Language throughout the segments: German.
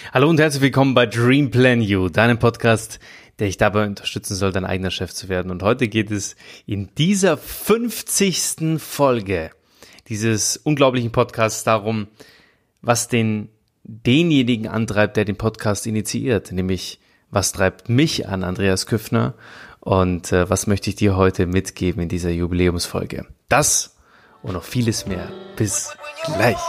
Hallo und herzlich willkommen bei Dream Plan You, deinem Podcast, der dich dabei unterstützen soll, dein eigener Chef zu werden. Und heute geht es in dieser 50. Folge dieses unglaublichen Podcasts darum, was denjenigen antreibt, der den Podcast initiiert, nämlich was treibt mich an, Andreas Küffner, und was möchte ich dir heute mitgeben in dieser Jubiläumsfolge. Das und noch vieles mehr. Bis gleich.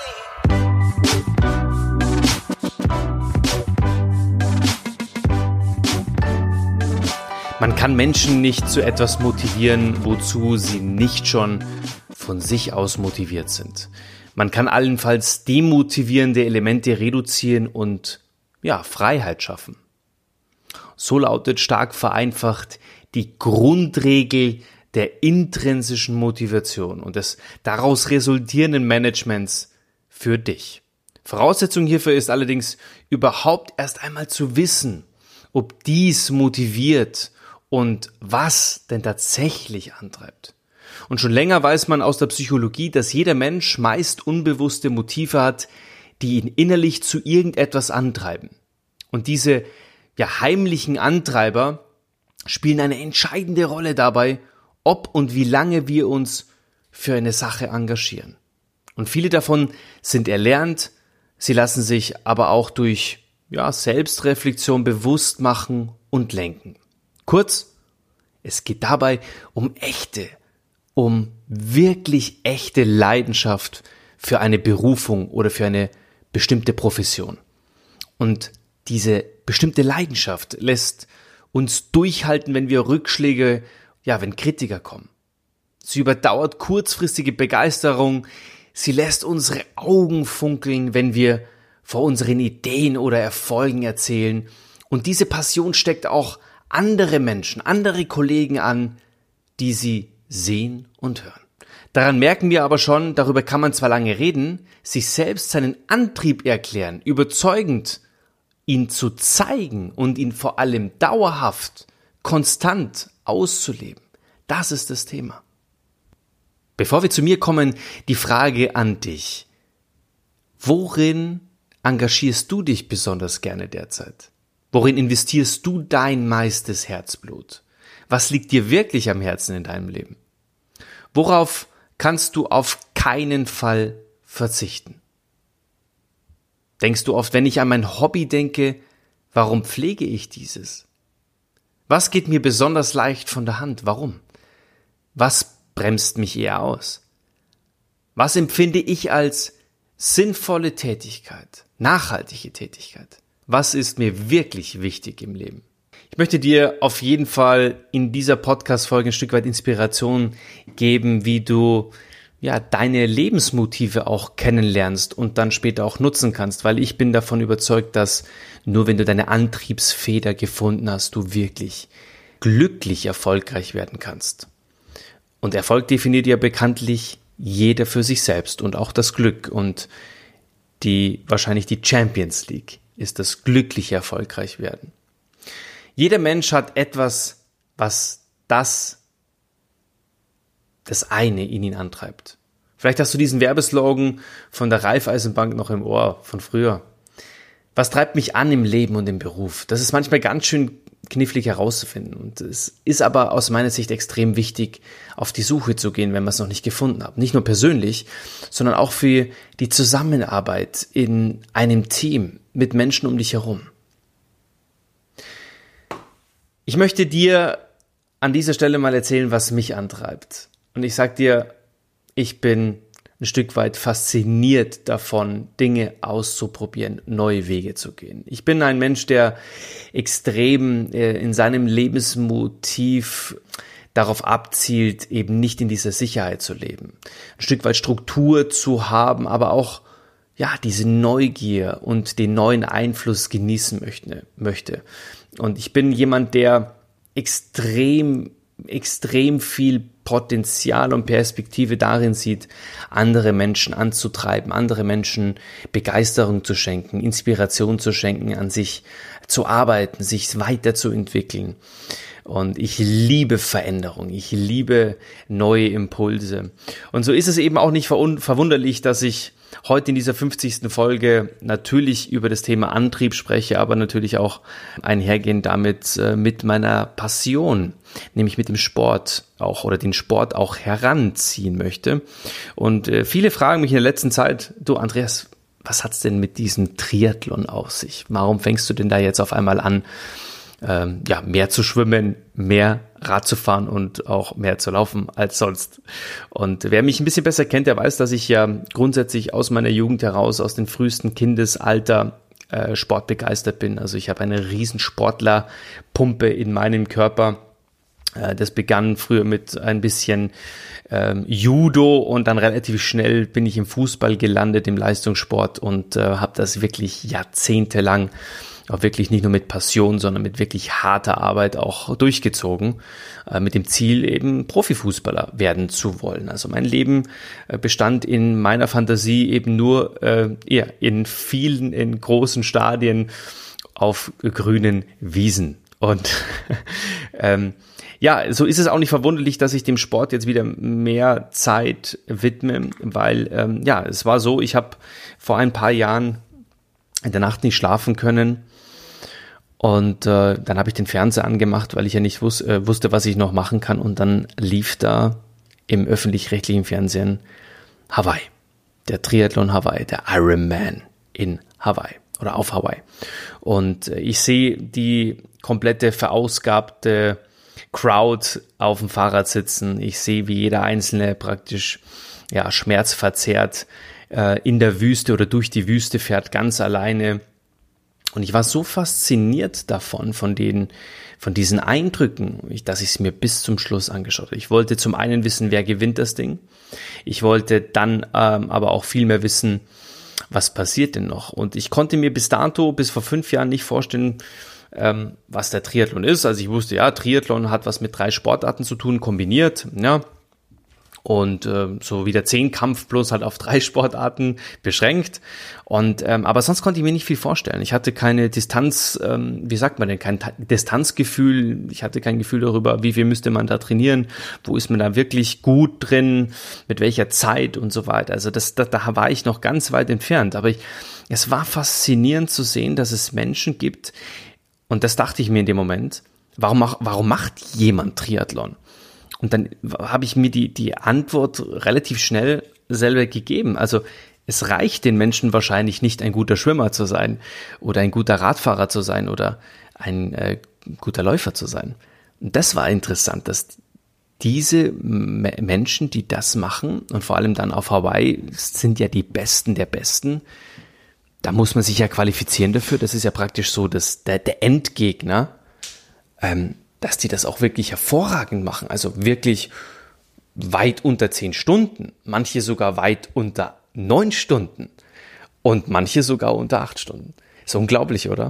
Man kann Menschen nicht zu etwas motivieren, wozu sie nicht schon von sich aus motiviert sind. Man kann allenfalls demotivierende Elemente reduzieren und Freiheit schaffen. So lautet stark vereinfacht die Grundregel der intrinsischen Motivation und des daraus resultierenden Managements für dich. Voraussetzung hierfür ist allerdings überhaupt erst einmal zu wissen, ob dies motiviert und was denn tatsächlich antreibt. Und schon länger weiß man aus der Psychologie, dass jeder Mensch meist unbewusste Motive hat, die ihn innerlich zu irgendetwas antreiben. Und diese heimlichen Antreiber spielen eine entscheidende Rolle dabei, ob und wie lange wir uns für eine Sache engagieren. Und viele davon sind erlernt, sie lassen sich aber auch durch Selbstreflexion bewusst machen und lenken. Kurz, es geht dabei um wirklich echte Leidenschaft für eine Berufung oder für eine bestimmte Profession. Und diese bestimmte Leidenschaft lässt uns durchhalten, wenn wir Rückschläge, wenn Kritiker kommen. Sie überdauert kurzfristige Begeisterung, sie lässt unsere Augen funkeln, wenn wir vor unseren Ideen oder Erfolgen erzählen. Und diese Passion steckt auch andere Menschen, andere Kollegen an, die sie sehen und hören. Daran merken wir aber schon, darüber kann man zwar lange reden, sich selbst seinen Antrieb erklären, überzeugend ihn zu zeigen und ihn vor allem dauerhaft, konstant auszuleben. Das ist das Thema. Bevor wir zu mir kommen, die Frage an dich. Worin engagierst du dich besonders gerne derzeit? Worin investierst du dein meistes Herzblut? Was liegt dir wirklich am Herzen in deinem Leben? Worauf kannst du auf keinen Fall verzichten? Denkst du oft, wenn ich an mein Hobby denke, warum pflege ich dieses? Was geht mir besonders leicht von der Hand? Warum? Was bremst mich eher aus? Was empfinde ich als sinnvolle Tätigkeit, nachhaltige Tätigkeit? Was ist mir wirklich wichtig im Leben? Ich möchte dir auf jeden Fall in dieser Podcast-Folge ein Stück weit Inspiration geben, wie du deine Lebensmotive auch kennenlernst und dann später auch nutzen kannst, weil ich bin davon überzeugt, dass nur wenn du deine Antriebsfeder gefunden hast, du wirklich glücklich erfolgreich werden kannst. Und Erfolg definiert ja bekanntlich jeder für sich selbst und auch das Glück und wahrscheinlich die Champions League ist das glückliche erfolgreich werden. Jeder Mensch hat etwas, was das eine in ihn antreibt. Vielleicht hast du diesen Werbeslogan von der Raiffeisenbank noch im Ohr von früher. Was treibt mich an im Leben und im Beruf? Das ist manchmal ganz schön knifflig herauszufinden. Und es ist aber aus meiner Sicht extrem wichtig, auf die Suche zu gehen, wenn man es noch nicht gefunden hat. Nicht nur persönlich, sondern auch für die Zusammenarbeit in einem Team mit Menschen um dich herum. Ich möchte dir an dieser Stelle mal erzählen, was mich antreibt. Und ich sag dir, ich bin ein Stück weit fasziniert davon, Dinge auszuprobieren, neue Wege zu gehen. Ich bin ein Mensch, der extrem in seinem Lebensmotiv darauf abzielt, eben nicht in dieser Sicherheit zu leben. Ein Stück weit Struktur zu haben, aber auch diese Neugier und den neuen Einfluss genießen möchte. Und ich bin jemand, der extrem viel Potenzial und Perspektive darin sieht, andere Menschen anzutreiben, andere Menschen Begeisterung zu schenken, Inspiration zu schenken, an sich zu arbeiten, sich weiterzuentwickeln. Und ich liebe Veränderung, ich liebe neue Impulse. Und so ist es eben auch nicht verwunderlich, dass ich heute in dieser 50. Folge natürlich über das Thema Antrieb spreche, aber natürlich auch einhergehend damit mit meiner Passion, nämlich mit dem Sport auch oder den Sport auch heranziehen möchte. Und viele fragen mich in der letzten Zeit, du Andreas, was hat's denn mit diesem Triathlon auf sich? Warum fängst du denn da jetzt auf einmal an, mehr zu schwimmen, mehr Rad zu fahren und auch mehr zu laufen als sonst? Und wer mich ein bisschen besser kennt, der weiß, dass ich ja grundsätzlich aus meiner Jugend heraus, aus dem frühesten Kindesalter sportbegeistert bin. Also ich habe eine riesen Sportlerpumpe in meinem Körper. Das begann früher mit ein bisschen Judo und dann relativ schnell bin ich im Fußball gelandet, im Leistungssport und habe das wirklich jahrzehntelang auch wirklich nicht nur mit Passion, sondern mit wirklich harter Arbeit auch durchgezogen, mit dem Ziel eben Profifußballer werden zu wollen. Also mein Leben bestand in meiner Fantasie eben nur in großen Stadien auf grünen Wiesen. Und so ist es auch nicht verwunderlich, dass ich dem Sport jetzt wieder mehr Zeit widme, weil es war so, ich habe vor ein paar Jahren in der Nacht nicht schlafen können. Und dann habe ich den Fernseher angemacht, weil ich ja nicht wusste, was ich noch machen kann. Und dann lief da im öffentlich-rechtlichen Fernsehen Hawaii, der Triathlon Hawaii, der Ironman in Hawaii oder auf Hawaii. Und ich sehe die komplette verausgabte Crowd auf dem Fahrrad sitzen. Ich sehe, wie jeder Einzelne praktisch schmerzverzerrt in der Wüste oder durch die Wüste fährt, ganz alleine. Und ich war so fasziniert davon, von diesen Eindrücken, dass ich es mir bis zum Schluss angeschaut habe. Ich wollte zum einen wissen, wer gewinnt das Ding. Ich wollte dann aber auch viel mehr wissen, was passiert denn noch. Und ich konnte mir bis vor 5 Jahren nicht vorstellen, was der Triathlon ist. Also ich wusste, Triathlon hat was mit 3 Sportarten zu tun, kombiniert, und so wie der 10-Kampf bloß halt auf 3 Sportarten beschränkt. Und aber sonst konnte ich mir nicht viel vorstellen. Ich hatte keine Distanz, kein Distanzgefühl. Ich hatte kein Gefühl darüber, wie viel müsste man da trainieren, wo ist man da wirklich gut drin, mit welcher Zeit und so weiter. Also da war ich noch ganz weit entfernt. Aber es war faszinierend zu sehen, dass es Menschen gibt, und das dachte ich mir in dem Moment, warum macht jemand Triathlon? Und dann habe ich mir die Antwort relativ schnell selber gegeben. Also es reicht den Menschen wahrscheinlich nicht, ein guter Schwimmer zu sein oder ein guter Radfahrer zu sein oder ein guter Läufer zu sein. Und das war interessant, dass diese Menschen, die das machen und vor allem dann auf Hawaii, sind ja die Besten der Besten. Da muss man sich ja qualifizieren dafür. Das ist ja praktisch so der Endgegner, dass die das auch wirklich hervorragend machen. Also wirklich weit unter 10 Stunden. Manche sogar weit unter 9 Stunden. Und manche sogar unter 8 Stunden. Ist unglaublich, oder?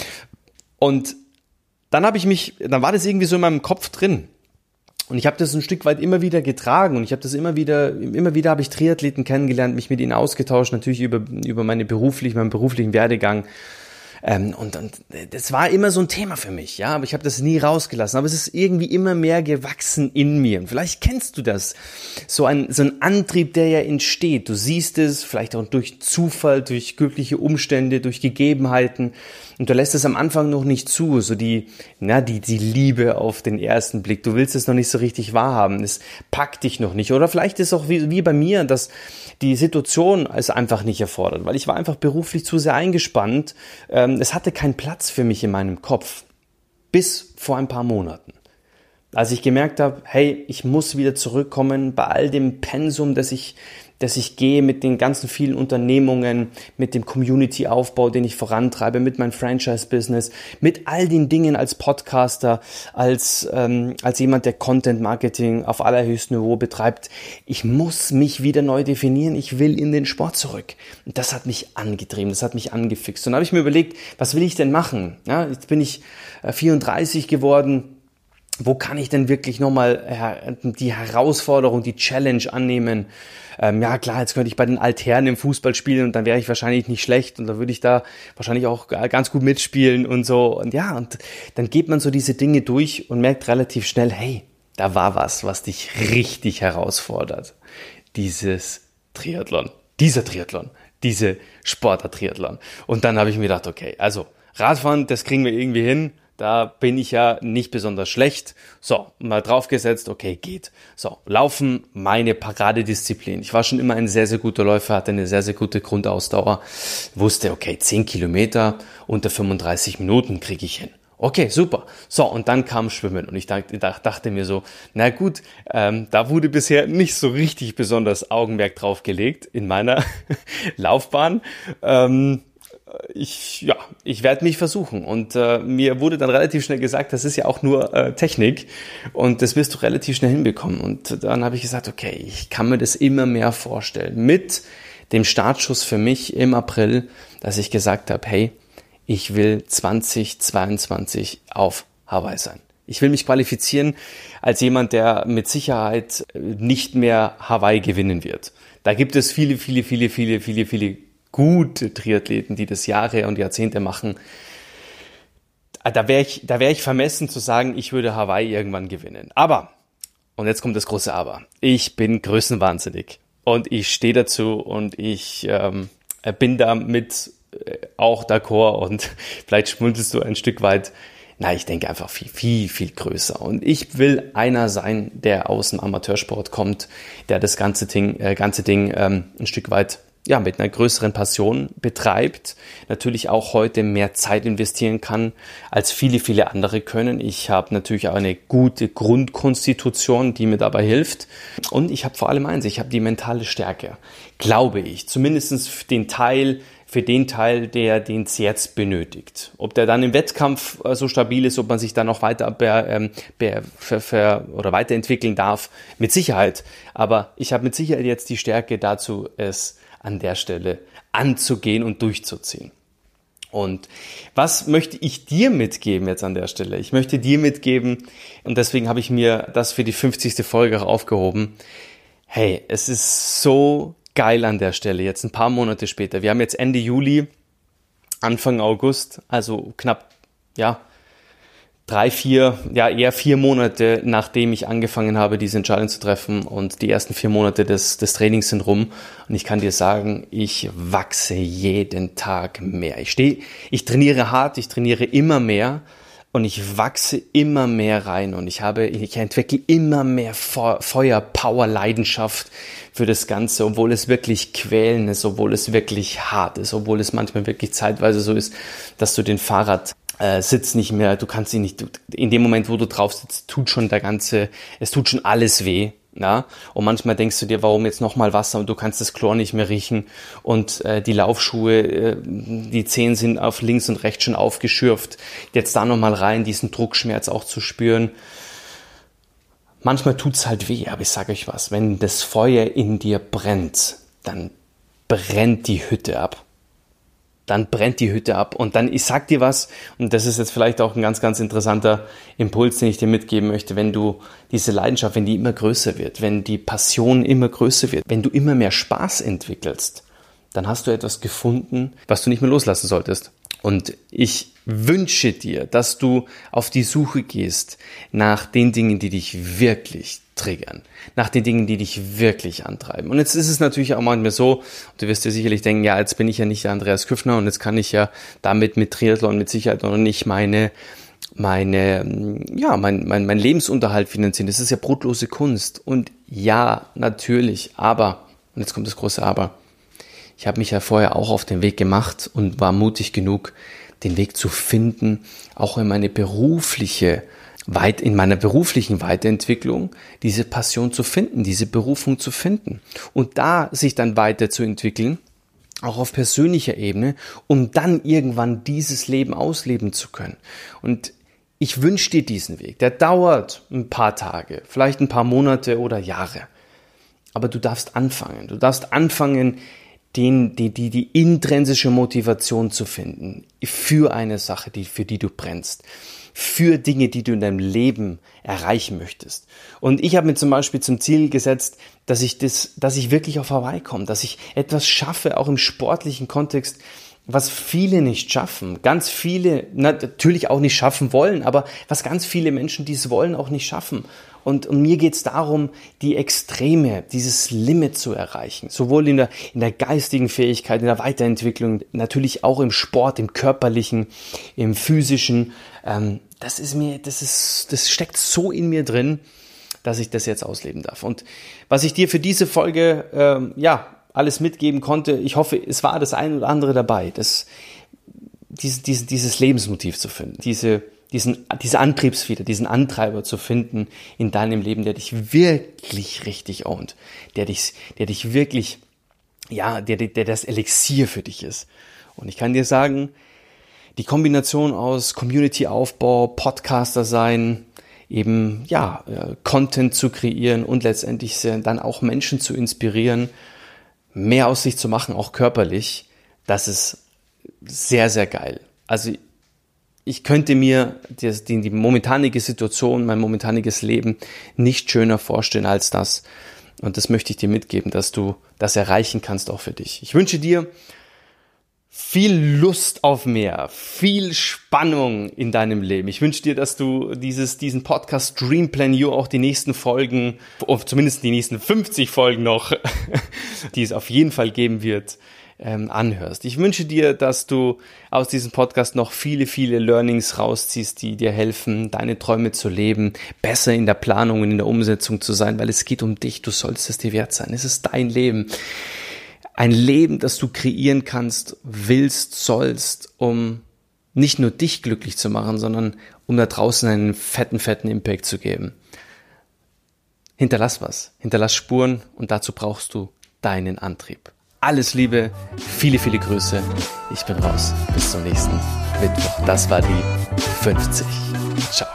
Und dann war das irgendwie so in meinem Kopf drin. Und ich habe das ein Stück weit immer wieder getragen und ich habe das immer wieder habe ich Triathleten kennengelernt, mich mit ihnen ausgetauscht, natürlich über meinen beruflichen Werdegang. Und das war immer so ein Thema für mich, aber ich habe das nie rausgelassen. Aber es ist irgendwie immer mehr gewachsen in mir. Und vielleicht kennst du das, so ein Antrieb, der ja entsteht. Du siehst es, vielleicht auch durch Zufall, durch glückliche Umstände, durch Gegebenheiten. Und du lässt es am Anfang noch nicht zu, so die Liebe auf den ersten Blick. Du willst es noch nicht so richtig wahrhaben. Es packt dich noch nicht. Oder vielleicht ist es auch wie bei mir, dass die Situation es einfach nicht erfordert, weil ich war einfach beruflich zu sehr eingespannt. Es hatte keinen Platz für mich in meinem Kopf. Bis vor ein paar Monaten. Als ich gemerkt habe, hey, ich muss wieder zurückkommen bei all dem Pensum, das ich gehe, mit den ganzen vielen Unternehmungen, mit dem Community-Aufbau, den ich vorantreibe, mit meinem Franchise-Business, mit all den Dingen als Podcaster, als jemand, der Content-Marketing auf allerhöchstem Niveau betreibt. Ich muss mich wieder neu definieren. Ich will in den Sport zurück. Und das hat mich angetrieben, das hat mich angefixt. Und dann habe ich mir überlegt, was will ich denn machen? Ja, jetzt bin ich 34 geworden. Wo kann ich denn wirklich nochmal die Herausforderung, die Challenge annehmen? Klar, jetzt könnte ich bei den Altherren im Fußball spielen und dann wäre ich wahrscheinlich nicht schlecht und dann würde ich da wahrscheinlich auch ganz gut mitspielen und so. Und und dann geht man so diese Dinge durch und merkt relativ schnell, hey, da war was dich richtig herausfordert. Dieses Triathlon. dieser Triathlon, diese Sportart-Triathlon. Und dann habe ich mir gedacht, okay, also Radfahren, das kriegen wir irgendwie hin. Da bin ich ja nicht besonders schlecht. So, mal draufgesetzt, okay, geht. So, Laufen, meine Paradedisziplin. Ich war schon immer ein sehr, sehr guter Läufer, hatte eine sehr, sehr gute Grundausdauer. Wusste, okay, 10 Kilometer unter 35 Minuten kriege ich hin. Okay, super. So, und dann kam Schwimmen und ich dachte mir so, na gut, da wurde bisher nicht so richtig besonders Augenmerk drauf gelegt in meiner Laufbahn. Ich werde mich versuchen und mir wurde dann relativ schnell gesagt, das ist ja auch nur Technik und das wirst du relativ schnell hinbekommen. Und dann habe ich gesagt, okay, ich kann mir das immer mehr vorstellen. Mit dem Startschuss für mich im April, dass ich gesagt habe, hey, ich will 2022 auf Hawaii sein. Ich will mich qualifizieren als jemand, der mit Sicherheit nicht mehr Hawaii gewinnen wird. Da gibt es viele gute Triathleten, die das Jahre und Jahrzehnte machen. Da wäre ich vermessen zu sagen, ich würde Hawaii irgendwann gewinnen. Aber, und jetzt kommt das große Aber, ich bin größenwahnsinnig und ich stehe dazu und ich bin damit auch d'accord und vielleicht schmunzelst du ein Stück weit. Na, ich denke einfach viel größer. Und ich will einer sein, der aus dem Amateursport kommt, der das ganze Ding ein Stück weit mit einer größeren Passion betreibt, natürlich auch heute mehr Zeit investieren kann, als viele andere können. Ich habe natürlich auch eine gute Grundkonstitution, die mir dabei hilft. Und ich habe vor allem eins, ich habe die mentale Stärke, glaube ich, zumindest für den Teil, der den es jetzt benötigt. Ob der dann im Wettkampf so stabil ist, ob man sich dann noch weiter weiterentwickeln darf, mit Sicherheit. Aber ich habe mit Sicherheit jetzt die Stärke dazu, es an der Stelle anzugehen und durchzuziehen. Und was möchte ich dir mitgeben jetzt an der Stelle? Ich möchte dir mitgeben, und deswegen habe ich mir das für die 50. Folge auch aufgehoben. Hey, es ist so geil an der Stelle, jetzt ein paar Monate später. Wir haben jetzt Ende Juli, Anfang August, also knapp, 4 Monate, nachdem ich angefangen habe, diese Entscheidung zu treffen, und die ersten 4 Monate des Trainings sind rum, und ich kann dir sagen, ich wachse jeden Tag mehr. Ich trainiere hart, ich trainiere immer mehr und ich wachse immer mehr rein und ich entwickle immer mehr Feuer, Power, Leidenschaft für das Ganze, obwohl es wirklich quälend ist, obwohl es wirklich hart ist, obwohl es manchmal wirklich zeitweise so ist, dass du den Fahrradsitz nicht mehr, du kannst ihn nicht, in dem Moment, wo du drauf sitzt, es tut schon alles weh. Ja, und manchmal denkst du dir, warum jetzt nochmal Wasser und du kannst das Chlor nicht mehr riechen und die Laufschuhe, die Zehen sind auf links und rechts schon aufgeschürft, jetzt da nochmal rein, diesen Druckschmerz auch zu spüren. Manchmal tut's halt weh, aber ich sage euch was, wenn das Feuer in dir brennt, dann brennt die Hütte ab. Und dann, ich sag dir was, und das ist jetzt vielleicht auch ein ganz, ganz interessanter Impuls, den ich dir mitgeben möchte, wenn du diese Leidenschaft, wenn die immer größer wird, wenn die Passion immer größer wird, wenn du immer mehr Spaß entwickelst, dann hast du etwas gefunden, was du nicht mehr loslassen solltest. Und ich wünsche dir, dass du auf die Suche gehst nach den Dingen, die dich wirklich triggern, nach den Dingen, die dich wirklich antreiben. Und jetzt ist es natürlich auch manchmal so, du wirst dir sicherlich denken, ja, jetzt bin ich ja nicht der Andreas Küffner und jetzt kann ich ja damit mit Triathlon mit Sicherheit noch nicht mein Lebensunterhalt finanzieren. Das ist ja brotlose Kunst. Und ja, natürlich, aber, und jetzt kommt das große Aber, ich habe mich ja vorher auch auf den Weg gemacht und war mutig genug, den Weg zu finden, auch in meiner beruflichen Weiterentwicklung, diese Passion zu finden, diese Berufung zu finden und da sich dann weiterzuentwickeln, auch auf persönlicher Ebene, um dann irgendwann dieses Leben ausleben zu können. Und ich wünsche dir diesen Weg. Der dauert ein paar Tage, vielleicht ein paar Monate oder Jahre. Aber du darfst anfangen. Du darfst anfangen, die intrinsische Motivation zu finden für eine Sache, für die du brennst, für Dinge, die du in deinem Leben erreichen möchtest. Und ich habe mir zum Beispiel zum Ziel gesetzt, dass ich wirklich auf Hawaii komme, dass ich etwas schaffe, auch im sportlichen Kontext, was viele nicht schaffen, ganz viele natürlich auch nicht schaffen wollen, aber was ganz viele Menschen, die es wollen, auch nicht schaffen. Und mir geht es darum, die Extreme, dieses Limit zu erreichen, sowohl in der geistigen Fähigkeit, in der Weiterentwicklung, natürlich auch im Sport, im körperlichen, im physischen. Das steckt so in mir drin, dass ich das jetzt ausleben darf. Und was ich dir für diese Folge, alles mitgeben konnte. Ich hoffe, es war das ein oder andere dabei, dieses Lebensmotiv zu finden, diese Antriebsfeder, diesen Antreiber zu finden in deinem Leben, der dich wirklich richtig ownt, der dich wirklich, der das Elixier für dich ist. Und ich kann dir sagen, die Kombination aus Community-Aufbau, Podcaster sein, eben, Content zu kreieren und letztendlich dann auch Menschen zu inspirieren, mehr aus sich zu machen, auch körperlich, das ist sehr, sehr geil. Also ich könnte mir die momentanige Situation, mein momentaniges Leben nicht schöner vorstellen als das. Und das möchte ich dir mitgeben, dass du das erreichen kannst auch für dich. Ich wünsche dir viel Lust auf mehr, viel Spannung in deinem Leben. Ich wünsche dir, dass du diesen Podcast Dream Plan You auch die nächsten Folgen, zumindest die nächsten 50 Folgen noch, die es auf jeden Fall geben wird, anhörst. Ich wünsche dir, dass du aus diesem Podcast noch viele, viele Learnings rausziehst, die dir helfen, deine Träume zu leben, besser in der Planung und in der Umsetzung zu sein, weil es geht um dich, du sollst es dir wert sein. Es ist dein Leben. Ein Leben, das du kreieren kannst, willst, sollst, um nicht nur dich glücklich zu machen, sondern um da draußen einen fetten Impact zu geben. Hinterlass was, hinterlass Spuren und dazu brauchst du deinen Antrieb. Alles Liebe, viele, viele Grüße. Ich bin raus. Bis zum nächsten Mittwoch. Das war die 50. Ciao.